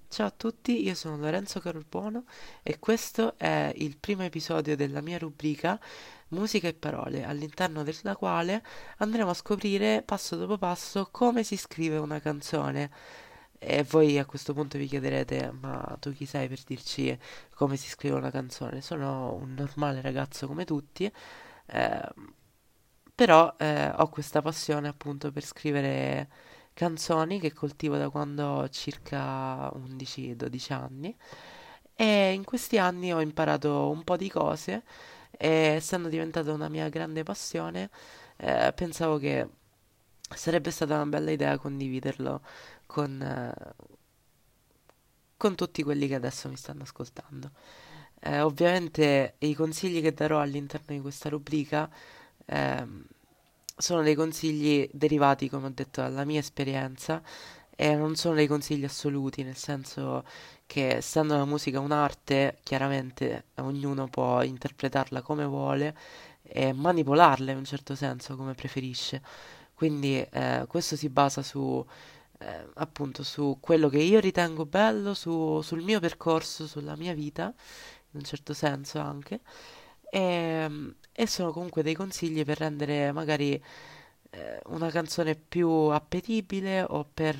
Ciao a tutti, io sono Lorenzo Carolbuono e questo è il primo episodio della mia rubrica Musica e Parole, all'interno della quale andremo a scoprire passo dopo passo come si scrive una canzone. E voi a questo punto vi chiederete, ma tu chi sei per dirci come si scrive una canzone? Sono un normale ragazzo come tutti, eh, però ho questa passione appunto per scrivere canzoni che coltivo da quando ho circa 11-12 anni e in questi anni ho imparato un po' di cose e essendo diventata una mia grande passione, pensavo che sarebbe stata una bella idea condividerlo con, con tutti quelli che adesso mi stanno ascoltando. Ovviamente i consigli che darò all'interno di questa rubrica ehm, sono dei consigli derivati, come ho detto, dalla mia esperienza e non sono dei consigli assoluti, nel senso che essendo la musica un'arte, chiaramente ognuno può interpretarla come vuole e manipolarla in un certo senso come preferisce. Quindi questo si basa su appunto su quello che io ritengo bello, sul mio percorso, sulla mia vita, in un certo senso anche. E sono comunque dei consigli per rendere magari una canzone più appetibile o per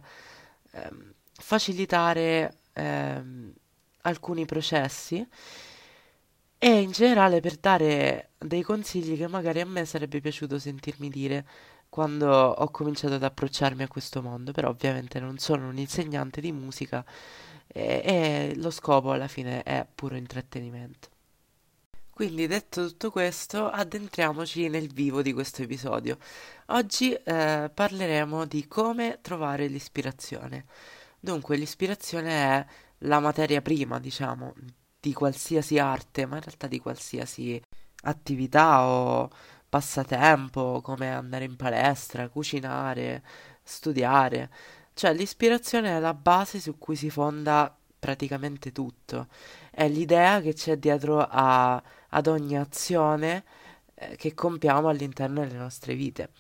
facilitare alcuni processi e in generale per dare dei consigli che magari a me sarebbe piaciuto sentirmi dire quando ho cominciato ad approcciarmi a questo mondo, però ovviamente non sono un insegnante di musica e lo scopo alla fine è puro intrattenimento. Quindi detto tutto questo, addentriamoci nel vivo di questo episodio. Oggi parleremo di come trovare l'ispirazione. Dunque, l'ispirazione è la materia prima, diciamo, di qualsiasi arte, ma in realtà di qualsiasi attività o passatempo, come andare in palestra, cucinare, studiare. Cioè, l'ispirazione è la base su cui si fonda praticamente tutto. È l'idea che c'è dietro ad ogni azione che compiamo all'interno delle nostre vite.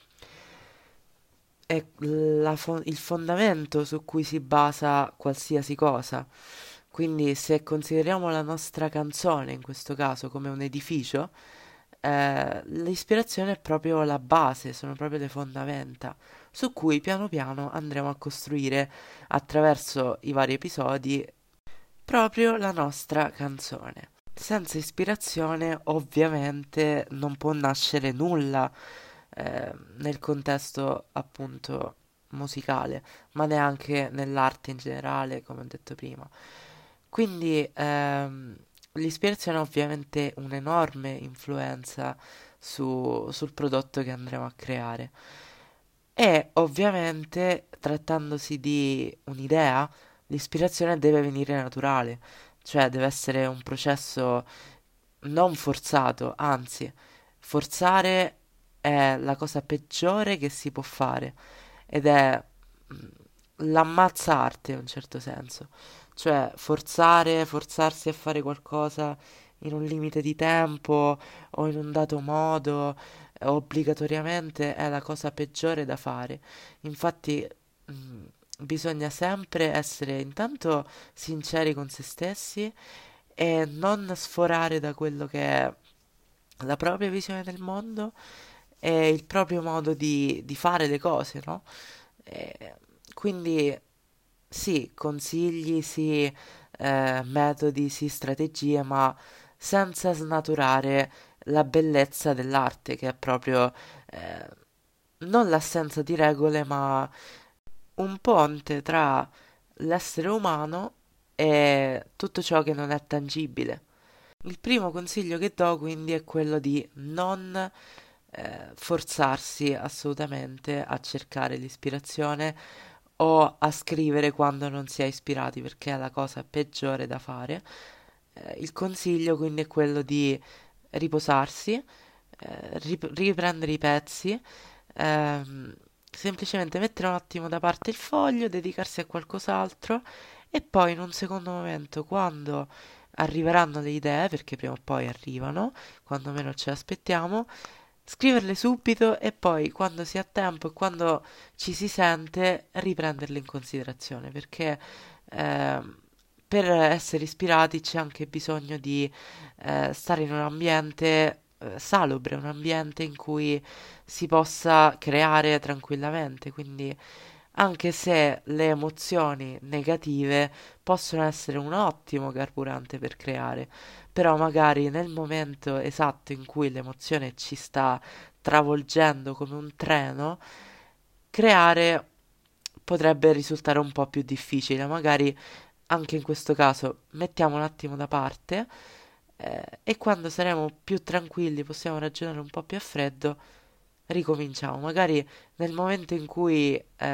È il fondamento su cui si basa qualsiasi cosa. Quindi, se consideriamo la nostra canzone, in questo caso, come un edificio, l'ispirazione è proprio la base, sono proprio le fondamenta, su cui piano piano andremo a costruire attraverso i vari episodi proprio la nostra canzone. Senza ispirazione, ovviamente, non può nascere nulla nel contesto appunto musicale, ma neanche nell'arte in generale, come ho detto prima. Quindi l'ispirazione ha ovviamente un'enorme influenza sul prodotto che andremo a creare. E ovviamente, trattandosi di un'idea, l'ispirazione deve venire naturale, cioè deve essere un processo non forzato, anzi, forzare è la cosa peggiore che si può fare ed è mm, l'ammazzarte in un certo senso, cioè forzarsi a fare qualcosa in un limite di tempo o in un dato modo, obbligatoriamente è la cosa peggiore da fare. Infatti, mm, bisogna sempre essere intanto sinceri con se stessi e non sforare da quello che è la propria visione del mondo e il proprio modo di fare le cose, no? E quindi sì, consigli, sì, metodi, sì, strategie, ma senza snaturare la bellezza dell'arte, che è proprio non l'assenza di regole, ma un ponte tra l'essere umano e tutto ciò che non è tangibile. Il primo consiglio che do quindi è quello di non forzarsi assolutamente a cercare l'ispirazione o a scrivere quando non si è ispirati, perché è la cosa peggiore da fare. Il consiglio quindi è quello di riposarsi, riprendere i pezzi, ehm, semplicemente mettere un attimo da parte il foglio, dedicarsi a qualcos'altro e poi in un secondo momento, quando arriveranno le idee, perché prima o poi arrivano, quando meno ce l'aspettiamo, scriverle subito e poi quando si ha tempo e quando ci si sente riprenderle in considerazione, perché ehm, per essere ispirati c'è anche bisogno di stare in un ambiente salubre, un ambiente in cui si possa creare tranquillamente, quindi anche se le emozioni negative possono essere un ottimo carburante per creare, però magari nel momento esatto in cui l'emozione ci sta travolgendo come un treno, creare potrebbe risultare un po' più difficile. Magari anche in questo caso mettiamo un attimo da parte e quando saremo più tranquilli, possiamo ragionare un po' più a freddo, ricominciamo. Magari nel momento in cui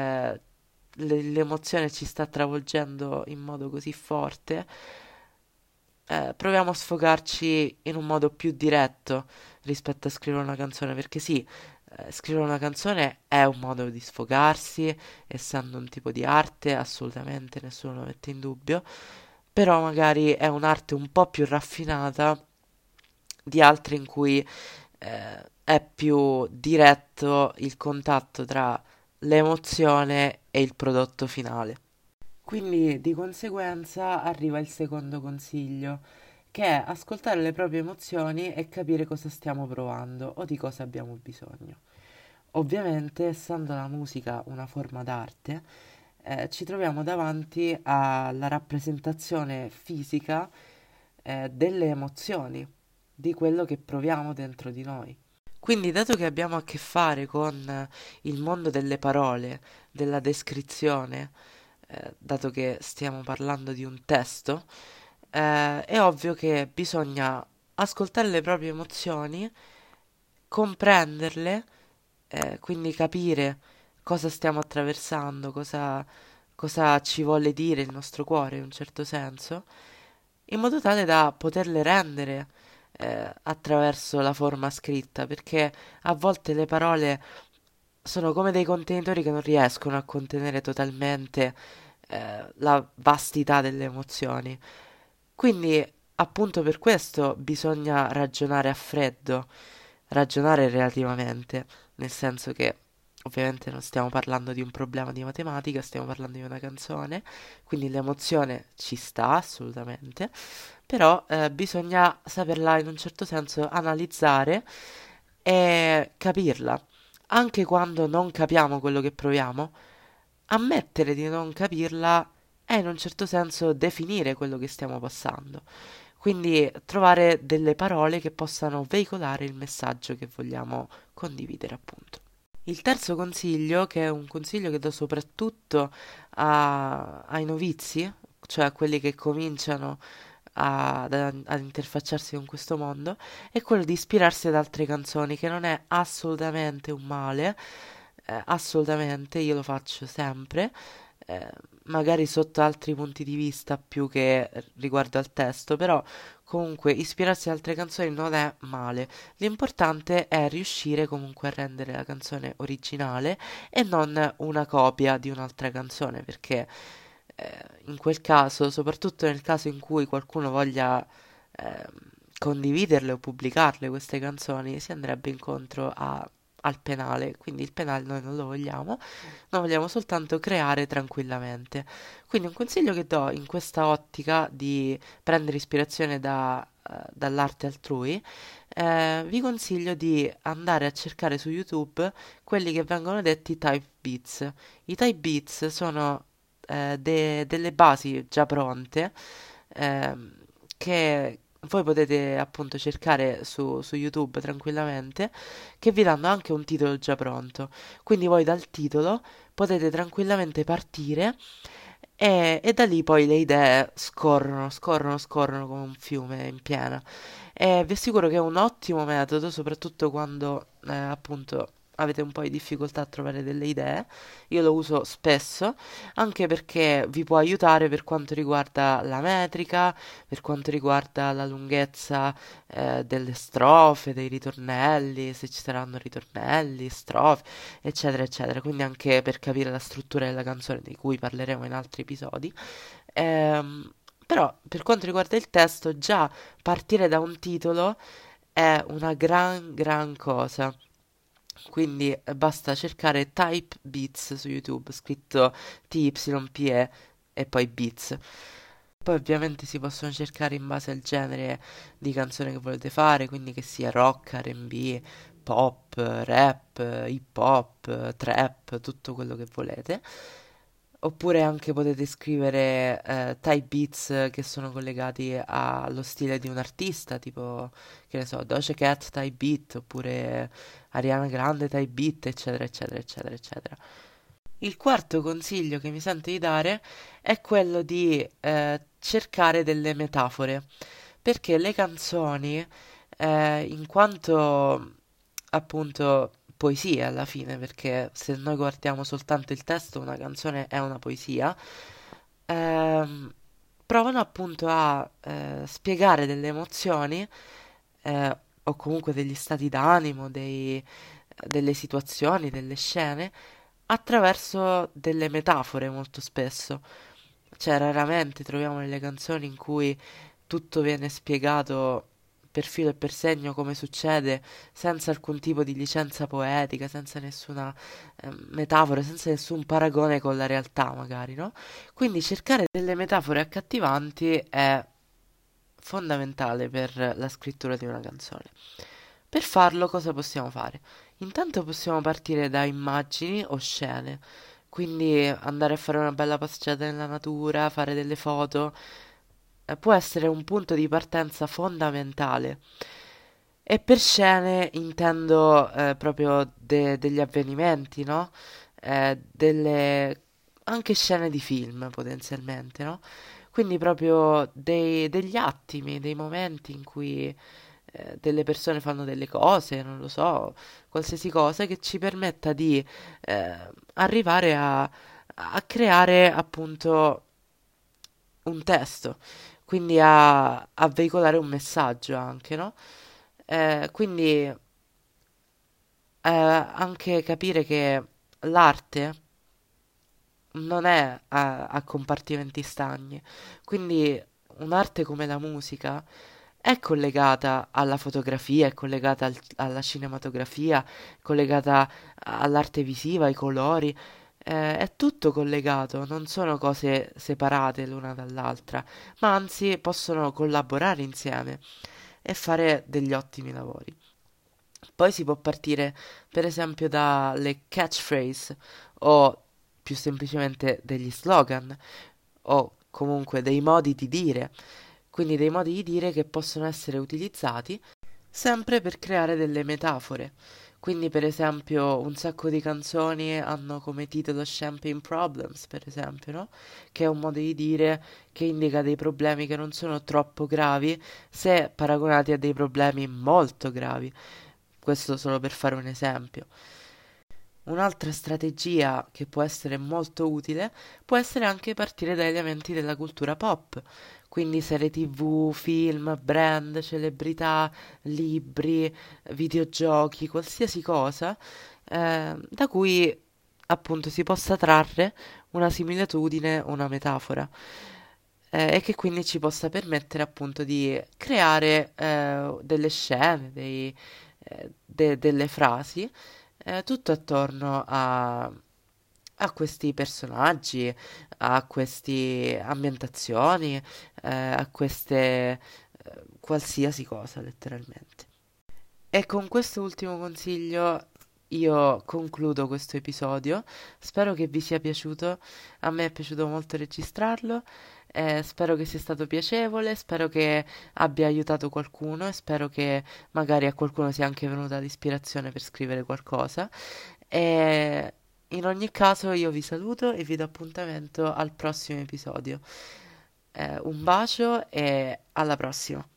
l'emozione ci sta travolgendo in modo così forte, proviamo a sfogarci in un modo più diretto rispetto a scrivere una canzone, perché sì, scrivere una canzone è un modo di sfogarsi, essendo un tipo di arte, assolutamente nessuno lo mette in dubbio, però magari è un'arte un po' più raffinata di altre in cui è più diretto il contatto tra l'emozione e il prodotto finale. Quindi di conseguenza arriva il secondo consiglio, che è ascoltare le proprie emozioni e capire cosa stiamo provando o di cosa abbiamo bisogno. Ovviamente, essendo la musica una forma d'arte, ci troviamo davanti alla rappresentazione fisica, delle emozioni, di quello che proviamo dentro di noi. Quindi, dato che abbiamo a che fare con il mondo delle parole, della descrizione, dato che stiamo parlando di un testo, è ovvio che bisogna ascoltare le proprie emozioni, comprenderle, quindi capire cosa stiamo attraversando, cosa ci vuole dire il nostro cuore in un certo senso, in modo tale da poterle rendere attraverso la forma scritta, perché a volte le parole sono come dei contenitori che non riescono a contenere totalmente la vastità delle emozioni. Quindi, appunto per questo bisogna ragionare a freddo, ragionare relativamente, nel senso che ovviamente non stiamo parlando di un problema di matematica, stiamo parlando di una canzone, quindi l'emozione ci sta assolutamente, però bisogna saperla in un certo senso analizzare e capirla. Anche quando non capiamo quello che proviamo, ammettere di non capirla è in un certo senso definire quello che stiamo passando. Quindi trovare delle parole che possano veicolare il messaggio che vogliamo condividere, appunto. Il terzo consiglio, che è un consiglio che do soprattutto ai novizi, cioè a quelli che cominciano ad interfacciarsi con questo mondo, è quello di ispirarsi ad altre canzoni, che non è assolutamente un male, assolutamente, io lo faccio sempre, eh, magari sotto altri punti di vista più che riguardo al testo, però comunque ispirarsi ad altre canzoni non è male. L'importante è riuscire comunque a rendere la canzone originale e non una copia di un'altra canzone, perché in quel caso, soprattutto nel caso in cui qualcuno voglia ehm, condividerle o pubblicarle queste canzoni, si andrebbe incontro al penale, quindi il penale noi non lo vogliamo, noi vogliamo soltanto creare tranquillamente. Quindi un consiglio che do in questa ottica di prendere ispirazione dall'arte altrui, vi consiglio di andare a cercare su YouTube quelli che vengono detti type beats. I type beats sono delle basi già pronte ehm, che voi potete appunto cercare su YouTube tranquillamente, che vi danno anche un titolo già pronto. Quindi voi dal titolo potete tranquillamente partire e da lì poi le idee scorrono, scorrono, scorrono come un fiume in piena. E vi assicuro che è un ottimo metodo, soprattutto quando appunto avete un po' di difficoltà a trovare delle idee. Io lo uso spesso, anche perché vi può aiutare per quanto riguarda la metrica, per quanto riguarda la lunghezza delle strofe, dei ritornelli, se ci saranno ritornelli, strofe, eccetera, eccetera. Quindi anche per capire la struttura della canzone di cui parleremo in altri episodi. Ehm, Però per quanto riguarda il testo, già partire da un titolo è una gran cosa. Quindi basta cercare Type Beats su YouTube, scritto TYPE e poi beats. Poi ovviamente si possono cercare in base al genere di canzone che volete fare, quindi che sia rock, R&B, pop, rap, hip hop, trap, tutto quello che volete. Oppure anche potete scrivere type beats che sono collegati allo stile di un artista, tipo, che ne so, Doja Cat type beat, oppure Ariana Grande type beat, eccetera, eccetera, eccetera, eccetera. Il quarto consiglio che mi sento di dare è quello di cercare delle metafore, perché le canzoni, in quanto appunto poesie alla fine, perché se noi guardiamo soltanto il testo, una canzone è una poesia, ehm, provano appunto a spiegare delle emozioni o comunque degli stati d'animo, delle situazioni, delle scene attraverso delle metafore molto spesso. Cioè, raramente troviamo nelle canzoni in cui tutto viene spiegato per filo e per segno come succede, senza alcun tipo di licenza poetica, senza nessuna metafora, senza nessun paragone con la realtà, magari, no? Quindi cercare delle metafore accattivanti è fondamentale per la scrittura di una canzone. Per farlo, cosa possiamo fare? Intanto possiamo partire da immagini o scene, quindi andare a fare una bella passeggiata nella natura, fare delle foto, può essere un punto di partenza fondamentale. E per scene intendo proprio degli avvenimenti, no? Delle anche scene di film potenzialmente, no? Quindi proprio degli attimi, dei momenti in cui delle persone fanno delle cose, non lo so, qualsiasi cosa che ci permetta di arrivare a creare appunto un testo, quindi a veicolare un messaggio anche, no? Quindi anche capire che l'arte non è a compartimenti stagni, quindi un'arte come la musica è collegata alla fotografia, è collegata alla cinematografia, è collegata all'arte visiva, ai colori, è tutto collegato, non sono cose separate l'una dall'altra, ma anzi possono collaborare insieme e fare degli ottimi lavori. Poi si può partire, per esempio, dalle catchphrase o più semplicemente degli slogan o comunque dei modi di dire, quindi dei modi di dire che possono essere utilizzati sempre per creare delle metafore. Quindi, per esempio, un sacco di canzoni hanno come titolo Champagne Problems, per esempio, no? Che è un modo di dire che indica dei problemi che non sono troppo gravi se paragonati a dei problemi molto gravi. Questo solo per fare un esempio. Un'altra strategia che può essere molto utile può essere anche partire dagli elementi della cultura pop, quindi serie TV, film, brand, celebrità, libri, videogiochi, qualsiasi cosa da cui appunto si possa trarre una similitudine, una metafora e che quindi ci possa permettere appunto di creare delle scene, delle frasi tutto attorno a questi personaggi, a queste ambientazioni, a queste qualsiasi cosa letteralmente. E con questo ultimo consiglio io concludo questo episodio. Spero che vi sia piaciuto. A me è piaciuto molto registrarlo. Spero che sia stato piacevole. Spero che abbia aiutato qualcuno e spero che magari a qualcuno sia anche venuta l'ispirazione per scrivere qualcosa. E in ogni caso io vi saluto e vi do appuntamento al prossimo episodio. Un bacio e alla prossima.